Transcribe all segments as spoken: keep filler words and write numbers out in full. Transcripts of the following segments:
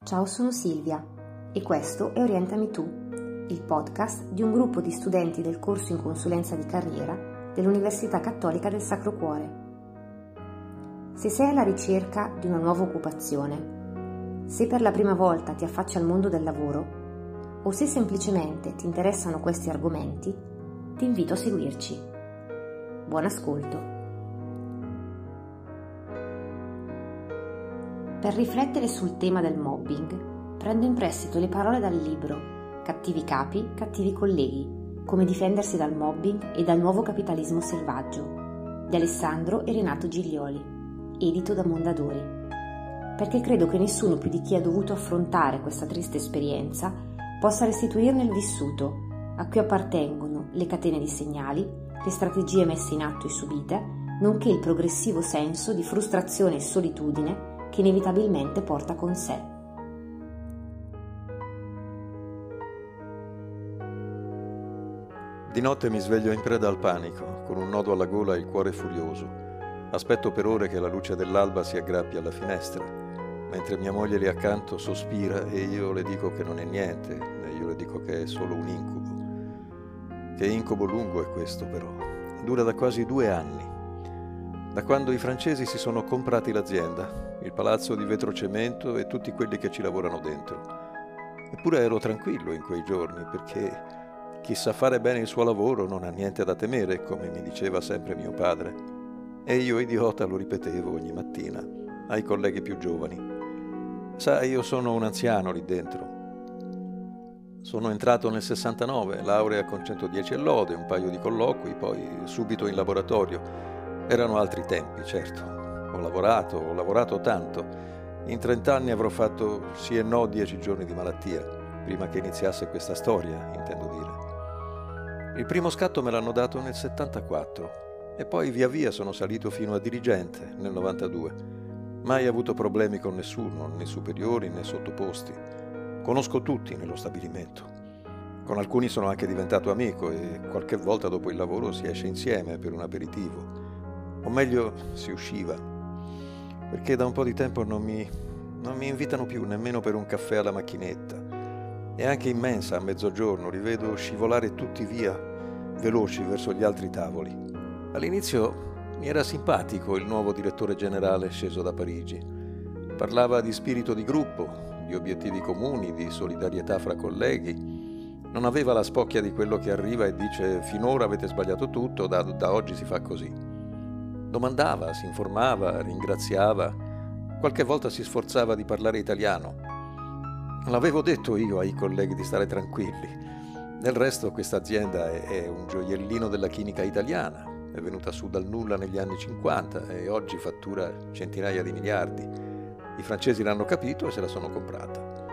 Ciao, sono Silvia e questo è Orientami Tu, il podcast di un gruppo di studenti del corso in consulenza di carriera dell'Università Cattolica del Sacro Cuore. Se sei alla ricerca di una nuova occupazione, se per la prima volta ti affacci al mondo del lavoro o se semplicemente ti interessano questi argomenti, ti invito a seguirci. Buon ascolto! Per riflettere sul tema del mobbing, prendo in prestito le parole dal libro Cattivi capi, cattivi colleghi, come difendersi dal mobbing e dal nuovo capitalismo selvaggio, di Alessandro e Renato Giglioli, edito da Mondadori, perché credo che nessuno più di chi ha dovuto affrontare questa triste esperienza possa restituirne il vissuto, a cui appartengono le catene di segnali, le strategie messe in atto e subite, nonché il progressivo senso di frustrazione e solitudine che inevitabilmente porta con sé. Di notte mi sveglio in preda al panico, con un nodo alla gola e il cuore furioso. Aspetto per ore che la luce dell'alba si aggrappi alla finestra, mentre mia moglie lì accanto sospira e io le dico che non è niente, e io le dico che è solo un incubo. Che incubo lungo è questo però, dura da quasi due anni. Da quando i francesi si sono comprati l'azienda, il palazzo di vetrocemento e tutti quelli che ci lavorano dentro. Eppure ero tranquillo in quei giorni, perché chi sa fare bene il suo lavoro non ha niente da temere, come mi diceva sempre mio padre. E io, idiota, lo ripetevo ogni mattina ai colleghi più giovani. Sai, io sono un anziano lì dentro. Sono entrato nel sessantanove, laurea con centodieci e lode, un paio di colloqui, poi subito in laboratorio. Erano altri tempi, certo. Ho lavorato, ho lavorato tanto. In trent'anni avrò fatto sì e no dieci giorni di malattia, prima che iniziasse questa storia, intendo dire. Il primo scatto me l'hanno dato nel settantaquattro e poi via via sono salito fino a dirigente nel novantadue. Mai avuto problemi con nessuno, né superiori né sottoposti. Conosco tutti nello stabilimento. Con alcuni sono anche diventato amico e qualche volta dopo il lavoro si esce insieme per un aperitivo. O meglio, si usciva, perché da un po' di tempo non mi, non mi invitano più nemmeno per un caffè alla macchinetta. E anche in mensa a mezzogiorno li vedo scivolare tutti via, veloci verso gli altri tavoli. All'inizio mi era simpatico il nuovo direttore generale sceso da Parigi. Parlava di spirito di gruppo, di obiettivi comuni, di solidarietà fra colleghi. Non aveva la spocchia di quello che arriva e dice «finora avete sbagliato tutto, da, da oggi si fa così». Domandava, si informava, ringraziava, qualche volta si sforzava di parlare italiano. L'avevo detto io ai colleghi di stare tranquilli. Del resto questa azienda è, è un gioiellino della chimica italiana, è venuta su dal nulla negli anni cinquanta e oggi fattura centinaia di miliardi. I francesi l'hanno capito e se la sono comprata.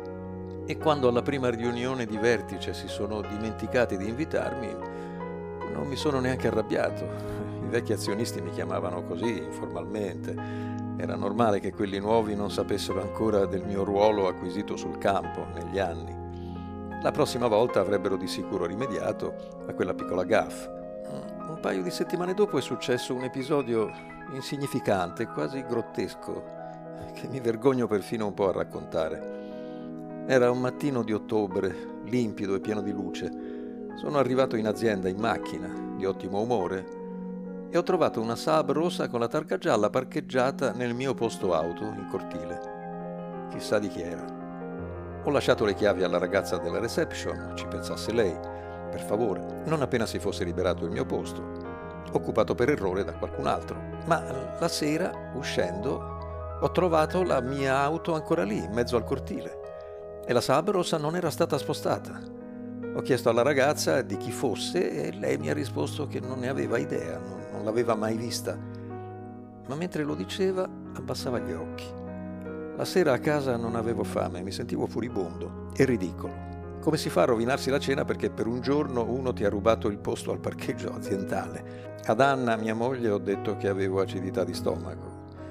E quando alla prima riunione di vertice si sono dimenticati di invitarmi, non mi sono neanche arrabbiato. I vecchi azionisti mi chiamavano così, informalmente. Era normale che quelli nuovi non sapessero ancora del mio ruolo acquisito sul campo negli anni. La prossima volta avrebbero di sicuro rimediato a quella piccola gaffe. Un paio di settimane dopo è successo un episodio insignificante, quasi grottesco, che mi vergogno perfino un po' a raccontare. Era un mattino di ottobre, limpido e pieno di luce. Sono arrivato in azienda in macchina, di ottimo umore, e ho trovato una Saab rossa con la targa gialla parcheggiata nel mio posto auto in cortile. Chissà di chi era. Ho lasciato le chiavi alla ragazza della reception, ci pensasse lei, per favore, non appena si fosse liberato il mio posto, occupato per errore da qualcun altro. Ma la sera, uscendo, ho trovato la mia auto ancora lì, in mezzo al cortile, e la Saab rossa non era stata spostata. Ho chiesto alla ragazza di chi fosse e lei mi ha risposto che non ne aveva idea, non, non l'aveva mai vista. Ma mentre lo diceva, abbassava gli occhi. La sera a casa non avevo fame, mi sentivo furibondo e ridicolo. Come si fa a rovinarsi la cena perché per un giorno uno ti ha rubato il posto al parcheggio aziendale? Ad Anna, mia moglie, ho detto che avevo acidità di stomaco.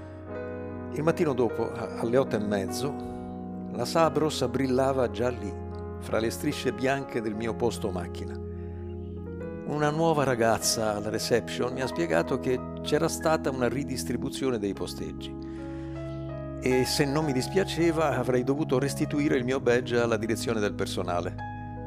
Il mattino dopo, alle otto e mezzo, la Saab rossa brillava già lì, fra le strisce bianche del mio posto macchina. Una nuova ragazza alla reception mi ha spiegato che c'era stata una ridistribuzione dei posteggi e se non mi dispiaceva avrei dovuto restituire il mio badge alla direzione del personale.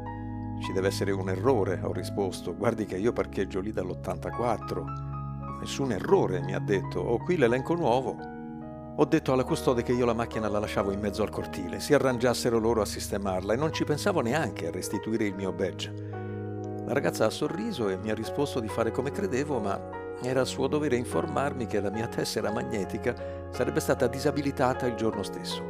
Ci deve essere un errore, ho risposto. Guardi che io parcheggio lì dall'ottantaquattro. Nessun errore, mi ha detto. Ho qui l'elenco nuovo. Ho detto alla custode che io la macchina la lasciavo in mezzo al cortile, si arrangiassero loro a sistemarla, e non ci pensavo neanche a restituire il mio badge. La ragazza ha sorriso e mi ha risposto di fare come credevo, ma era suo dovere informarmi che la mia tessera magnetica sarebbe stata disabilitata il giorno stesso.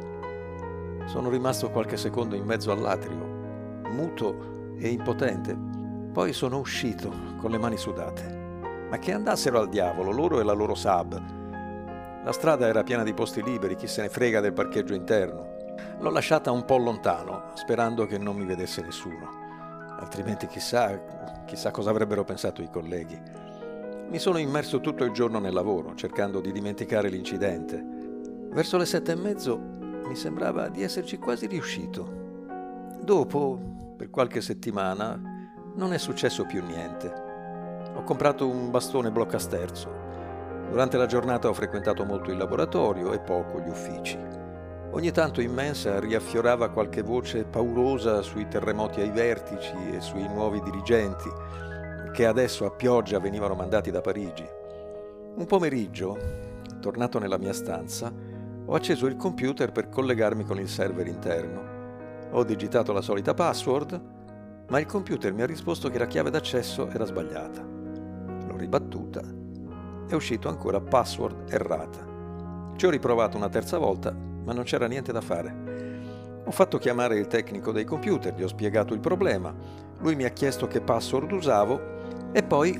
Sono rimasto qualche secondo in mezzo all'atrio, muto e impotente. Poi sono uscito con le mani sudate. Ma che andassero al diavolo, loro e la loro Saab. La strada era piena di posti liberi, chi se ne frega del parcheggio interno. L'ho lasciata un po' lontano, sperando che non mi vedesse nessuno. Altrimenti chissà, chissà cosa avrebbero pensato i colleghi. Mi sono immerso tutto il giorno nel lavoro, cercando di dimenticare l'incidente. Verso le sette e mezzo mi sembrava di esserci quasi riuscito. Dopo, per qualche settimana, non è successo più niente. Ho comprato un bastone bloccasterzo. Durante la giornata ho frequentato molto il laboratorio e poco gli uffici. Ogni tanto in mensa riaffiorava qualche voce paurosa sui terremoti ai vertici e sui nuovi dirigenti, che adesso a pioggia venivano mandati da Parigi. Un pomeriggio, tornato nella mia stanza, ho acceso il computer per collegarmi con il server interno. Ho digitato la solita password, ma il computer mi ha risposto che la chiave d'accesso era sbagliata. L'ho ribattuta. È uscito ancora password errata. Ci ho riprovato una terza volta, ma non c'era niente da fare. Ho fatto chiamare il tecnico dei computer, gli ho spiegato il problema. Lui mi ha chiesto che password usavo e poi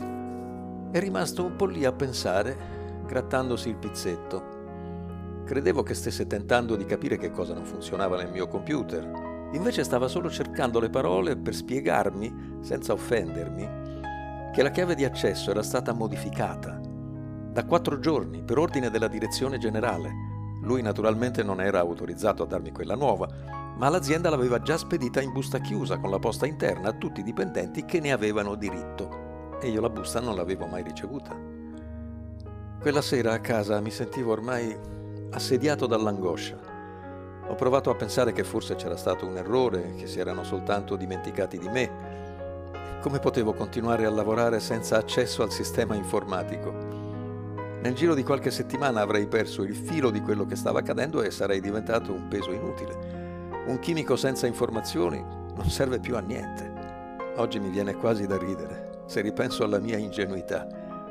è rimasto un po' lì a pensare, grattandosi il pizzetto. Credevo che stesse tentando di capire che cosa non funzionava nel mio computer. Invece stava solo cercando le parole per spiegarmi, senza offendermi, che la chiave di accesso era stata modificata. Da quattro giorni, per ordine della direzione generale. Lui naturalmente non era autorizzato a darmi quella nuova, ma l'azienda l'aveva già spedita in busta chiusa con la posta interna a tutti i dipendenti che ne avevano diritto. E io la busta non l'avevo mai ricevuta. Quella sera a casa mi sentivo ormai assediato dall'angoscia. Ho provato a pensare che forse c'era stato un errore, che si erano soltanto dimenticati di me. Come potevo continuare a lavorare senza accesso al sistema informatico? Nel giro di qualche settimana avrei perso il filo di quello che stava accadendo e sarei diventato un peso inutile. Un chimico senza informazioni non serve più a niente. Oggi mi viene quasi da ridere, se ripenso alla mia ingenuità.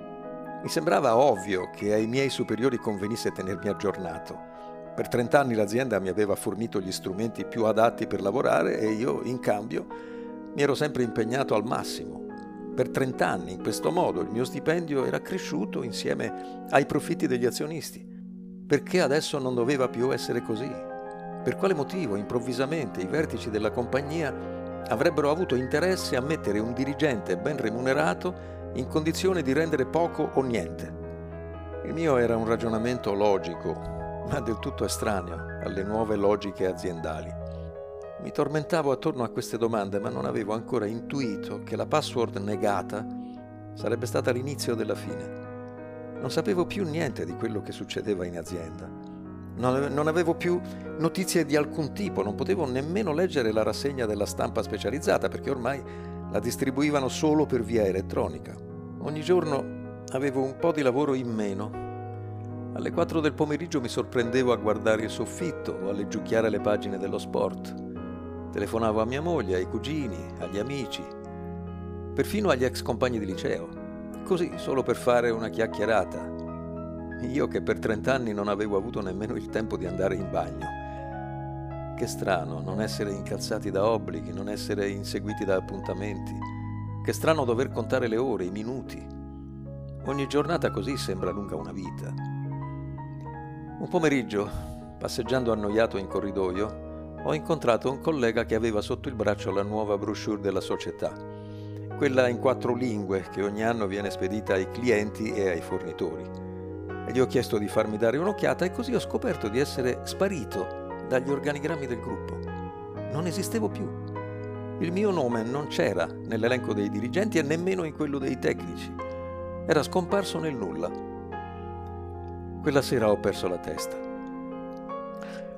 Mi sembrava ovvio che ai miei superiori convenisse tenermi aggiornato. Per trent'anni l'azienda mi aveva fornito gli strumenti più adatti per lavorare e io, in cambio, mi ero sempre impegnato al massimo. Per trent'anni, in questo modo, il mio stipendio era cresciuto insieme ai profitti degli azionisti. Perché adesso non doveva più essere così? Per quale motivo, improvvisamente, i vertici della compagnia avrebbero avuto interesse a mettere un dirigente ben remunerato in condizione di rendere poco o niente? Il mio era un ragionamento logico, ma del tutto estraneo alle nuove logiche aziendali. Mi tormentavo attorno a queste domande, ma non avevo ancora intuito che la password negata sarebbe stata l'inizio della fine. Non sapevo più niente di quello che succedeva in azienda. Non avevo più notizie di alcun tipo, non potevo nemmeno leggere la rassegna della stampa specializzata, perché ormai la distribuivano solo per via elettronica. Ogni giorno avevo un po' di lavoro in meno. Alle quattro del pomeriggio mi sorprendevo a guardare il soffitto o a leggiucchiare le pagine dello sport. Telefonavo a mia moglie, ai cugini, agli amici, perfino agli ex compagni di liceo, così solo per fare una chiacchierata. Io che per trent'anni non avevo avuto nemmeno il tempo di andare in bagno. Che strano non essere incalzati da obblighi, non essere inseguiti da appuntamenti. Che strano dover contare le ore, i minuti. Ogni giornata così sembra lunga una vita. Un pomeriggio, passeggiando annoiato in corridoio, ho incontrato un collega che aveva sotto il braccio la nuova brochure della società, quella in quattro lingue che ogni anno viene spedita ai clienti e ai fornitori. E gli ho chiesto di farmi dare un'occhiata e così ho scoperto di essere sparito dagli organigrammi del gruppo. Non esistevo più. Il mio nome non c'era nell'elenco dei dirigenti e nemmeno in quello dei tecnici. Era scomparso nel nulla. Quella sera ho perso la testa.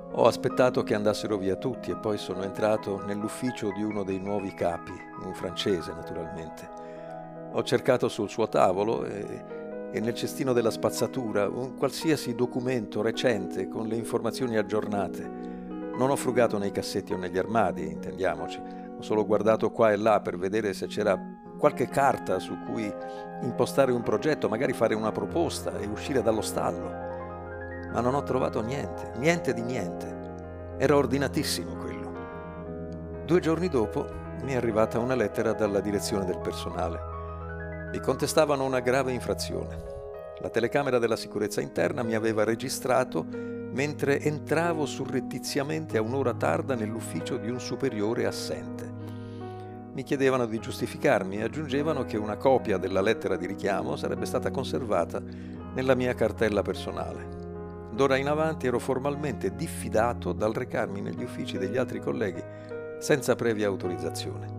Ho aspettato che andassero via tutti e poi sono entrato nell'ufficio di uno dei nuovi capi, un francese naturalmente. Ho cercato sul suo tavolo e, e nel cestino della spazzatura un qualsiasi documento recente con le informazioni aggiornate. Non ho frugato nei cassetti o negli armadi, intendiamoci. Ho solo guardato qua e là per vedere se c'era qualche carta su cui impostare un progetto, magari fare una proposta e uscire dallo stallo. Ma non ho trovato niente, niente di niente. Era ordinatissimo quello. Due giorni dopo mi è arrivata una lettera dalla direzione del personale. Mi contestavano una grave infrazione. La telecamera della sicurezza interna mi aveva registrato mentre entravo surrettiziamente a un'ora tarda nell'ufficio di un superiore assente. Mi chiedevano di giustificarmi e aggiungevano che una copia della lettera di richiamo sarebbe stata conservata nella mia cartella personale. D'ora in avanti ero formalmente diffidato dal recarmi negli uffici degli altri colleghi senza previa autorizzazione.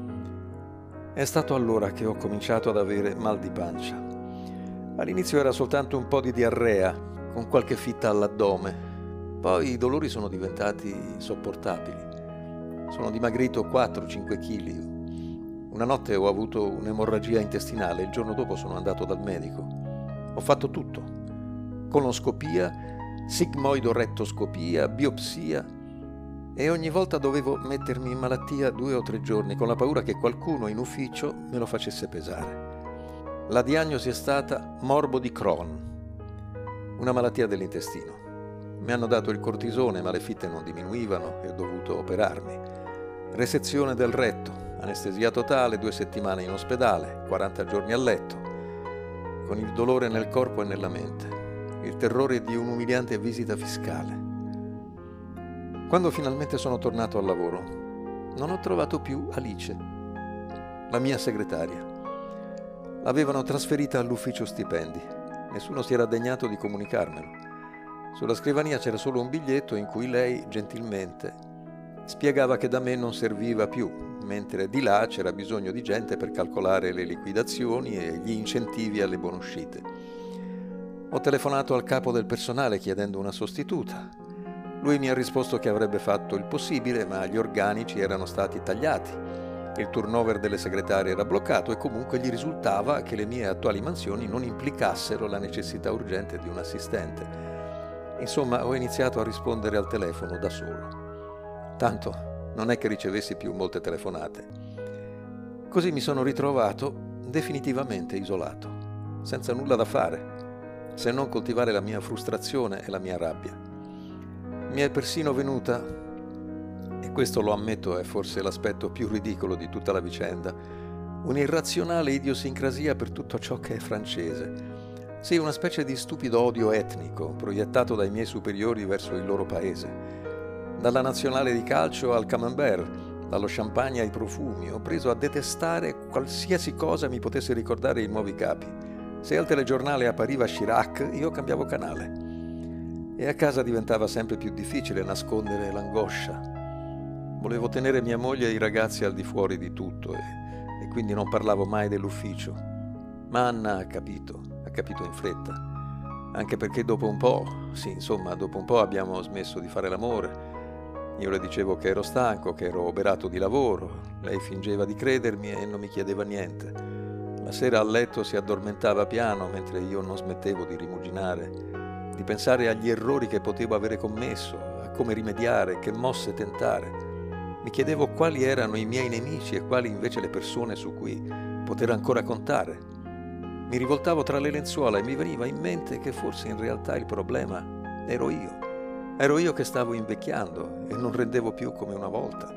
È stato allora che ho cominciato ad avere mal di pancia. All'inizio era soltanto un po' di diarrea, con qualche fitta all'addome. Poi i dolori sono diventati sopportabili. Sono dimagrito quattro cinque chili. Una notte ho avuto un'emorragia intestinale, il giorno dopo sono andato dal medico. Ho fatto tutto. Colonoscopia, sigmoidorettoscopia, biopsia, e ogni volta dovevo mettermi in malattia due o tre giorni con la paura che qualcuno in ufficio me lo facesse pesare. La diagnosi è stata morbo di Crohn, una malattia dell'intestino. Mi hanno dato il cortisone ma le fitte non diminuivano e ho dovuto operarmi. Resezione del retto, anestesia totale, due settimane in ospedale, quaranta giorni a letto, con il dolore nel corpo e nella mente. Il terrore di un'umiliante visita fiscale. Quando finalmente sono tornato al lavoro, non ho trovato più Alice, la mia segretaria. L'avevano trasferita all'ufficio stipendi. Nessuno si era degnato di comunicarmelo. Sulla scrivania c'era solo un biglietto in cui lei, gentilmente, spiegava che da me non serviva più, mentre di là c'era bisogno di gente per calcolare le liquidazioni e gli incentivi alle buonuscite. Ho telefonato al capo del personale chiedendo una sostituta. Lui mi ha risposto che avrebbe fatto il possibile, ma gli organici erano stati tagliati. Il turnover delle segretarie era bloccato e comunque gli risultava che le mie attuali mansioni non implicassero la necessità urgente di un assistente. Insomma, ho iniziato a rispondere al telefono da solo. Tanto non è che ricevessi più molte telefonate. Così mi sono ritrovato definitivamente isolato, senza nulla da fare, se non coltivare la mia frustrazione e la mia rabbia. Mi è persino venuta, e questo lo ammetto è forse l'aspetto più ridicolo di tutta la vicenda, un'irrazionale idiosincrasia per tutto ciò che è francese. Sì, una specie di stupido odio etnico proiettato dai miei superiori verso il loro paese. Dalla nazionale di calcio al camembert, dallo champagne ai profumi, ho preso a detestare qualsiasi cosa mi potesse ricordare i nuovi capi. Se al telegiornale appariva Chirac, io cambiavo canale. E a casa diventava sempre più difficile nascondere l'angoscia. Volevo tenere mia moglie e i ragazzi al di fuori di tutto e, e quindi non parlavo mai dell'ufficio. Ma Anna ha capito, ha capito in fretta. Anche perché dopo un po', sì, insomma, dopo un po' abbiamo smesso di fare l'amore. Io le dicevo che ero stanco, che ero oberato di lavoro. Lei fingeva di credermi e non mi chiedeva niente. La sera a letto si addormentava piano mentre io non smettevo di rimuginare, di pensare agli errori che potevo avere commesso, a come rimediare, che mosse tentare. Mi chiedevo quali erano i miei nemici e quali invece le persone su cui poter ancora contare. Mi rivoltavo tra le lenzuola e mi veniva in mente che forse in realtà il problema ero io. Ero io che stavo invecchiando e non rendevo più come una volta.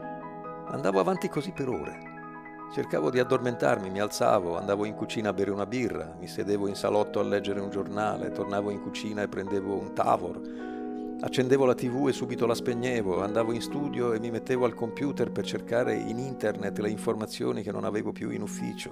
Andavo avanti così per ore. Cercavo di addormentarmi, mi alzavo, andavo in cucina a bere una birra, mi sedevo in salotto a leggere un giornale, tornavo in cucina e prendevo un tavor, accendevo la tivù e subito la spegnevo, andavo in studio e mi mettevo al computer per cercare in internet le informazioni che non avevo più in ufficio.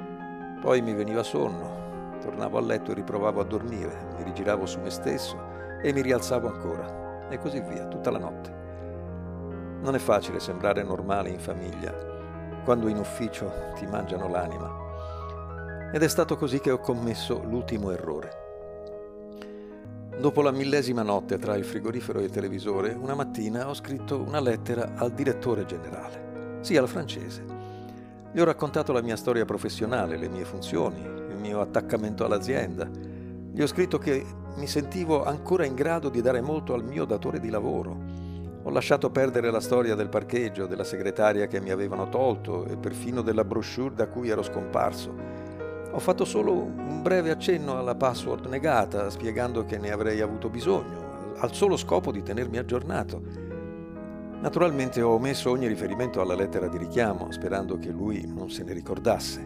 Poi mi veniva sonno, tornavo a letto e riprovavo a dormire, mi rigiravo su me stesso e mi rialzavo ancora, e così via, tutta la notte. Non è facile sembrare normale in famiglia, quando in ufficio ti mangiano l'anima. Ed è stato così che ho commesso l'ultimo errore. Dopo la millesima notte tra il frigorifero e il televisore, una mattina ho scritto una lettera al direttore generale, sì, al francese. Gli ho raccontato la mia storia professionale, le mie funzioni, il mio attaccamento all'azienda. Gli ho scritto che mi sentivo ancora in grado di dare molto al mio datore di lavoro. Ho lasciato perdere la storia del parcheggio, della segretaria che mi avevano tolto e perfino della brochure da cui ero scomparso. Ho fatto solo un breve accenno alla password negata, spiegando che ne avrei avuto bisogno, al solo scopo di tenermi aggiornato. Naturalmente ho omesso ogni riferimento alla lettera di richiamo, sperando che lui non se ne ricordasse.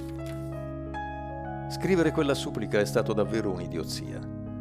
Scrivere quella supplica è stato davvero un'idiozia,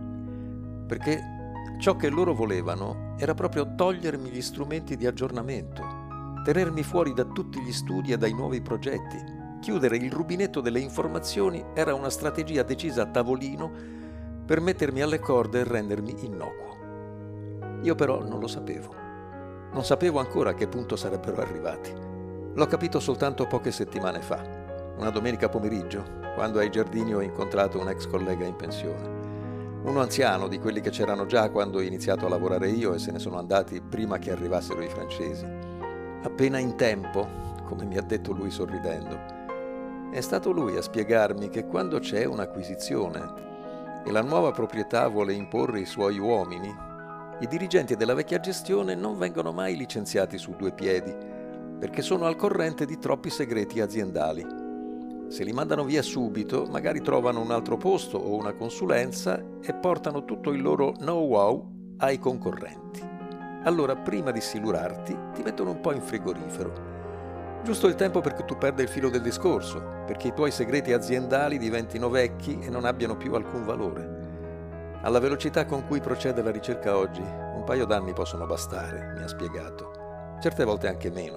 perché ciò che loro volevano era proprio togliermi gli strumenti di aggiornamento, tenermi fuori da tutti gli studi e dai nuovi progetti. Chiudere il rubinetto delle informazioni era una strategia decisa a tavolino per mettermi alle corde e rendermi innocuo. Io però non lo sapevo. Non sapevo ancora a che punto sarebbero arrivati. L'ho capito soltanto poche settimane fa, una domenica pomeriggio, quando ai giardini ho incontrato un ex collega in pensione. Uno anziano, di quelli che c'erano già quando ho iniziato a lavorare io e se ne sono andati prima che arrivassero i francesi. Appena in tempo, come mi ha detto lui sorridendo. È stato lui a spiegarmi che quando c'è un'acquisizione e la nuova proprietà vuole imporre i suoi uomini, i dirigenti della vecchia gestione non vengono mai licenziati su due piedi, perché sono al corrente di troppi segreti aziendali. Se li mandano via subito, magari trovano un altro posto o una consulenza e portano tutto il loro know-how ai concorrenti. Allora, prima di silurarti, ti mettono un po' in frigorifero. Giusto il tempo perché tu perda il filo del discorso, perché i tuoi segreti aziendali diventino vecchi e non abbiano più alcun valore. Alla velocità con cui procede la ricerca oggi, un paio d'anni possono bastare, mi ha spiegato. Certe volte anche meno.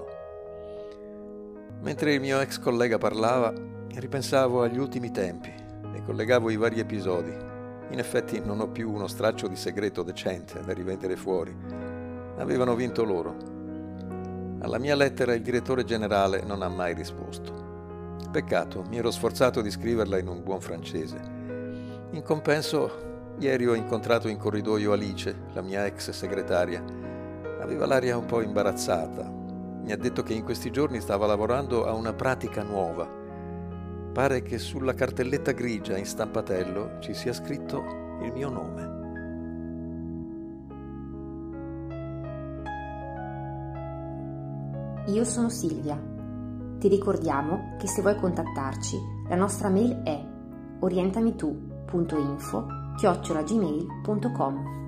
Mentre il mio ex collega parlava, ripensavo agli ultimi tempi e collegavo i vari episodi. In effetti non ho più uno straccio di segreto decente da rivedere fuori. Avevano vinto loro. Alla mia lettera il direttore generale non ha mai risposto. Peccato, mi ero sforzato di scriverla in un buon francese. In compenso, ieri ho incontrato in corridoio Alice, la mia ex segretaria. Aveva l'aria un po' imbarazzata. Mi ha detto che in questi giorni stava lavorando a una pratica nuova. Pare che sulla cartelletta grigia in stampatello ci sia scritto il mio nome. Io sono Silvia. Ti ricordiamo che se vuoi contattarci, la nostra mail è orientamitu punto info chiocciola gmail punto com.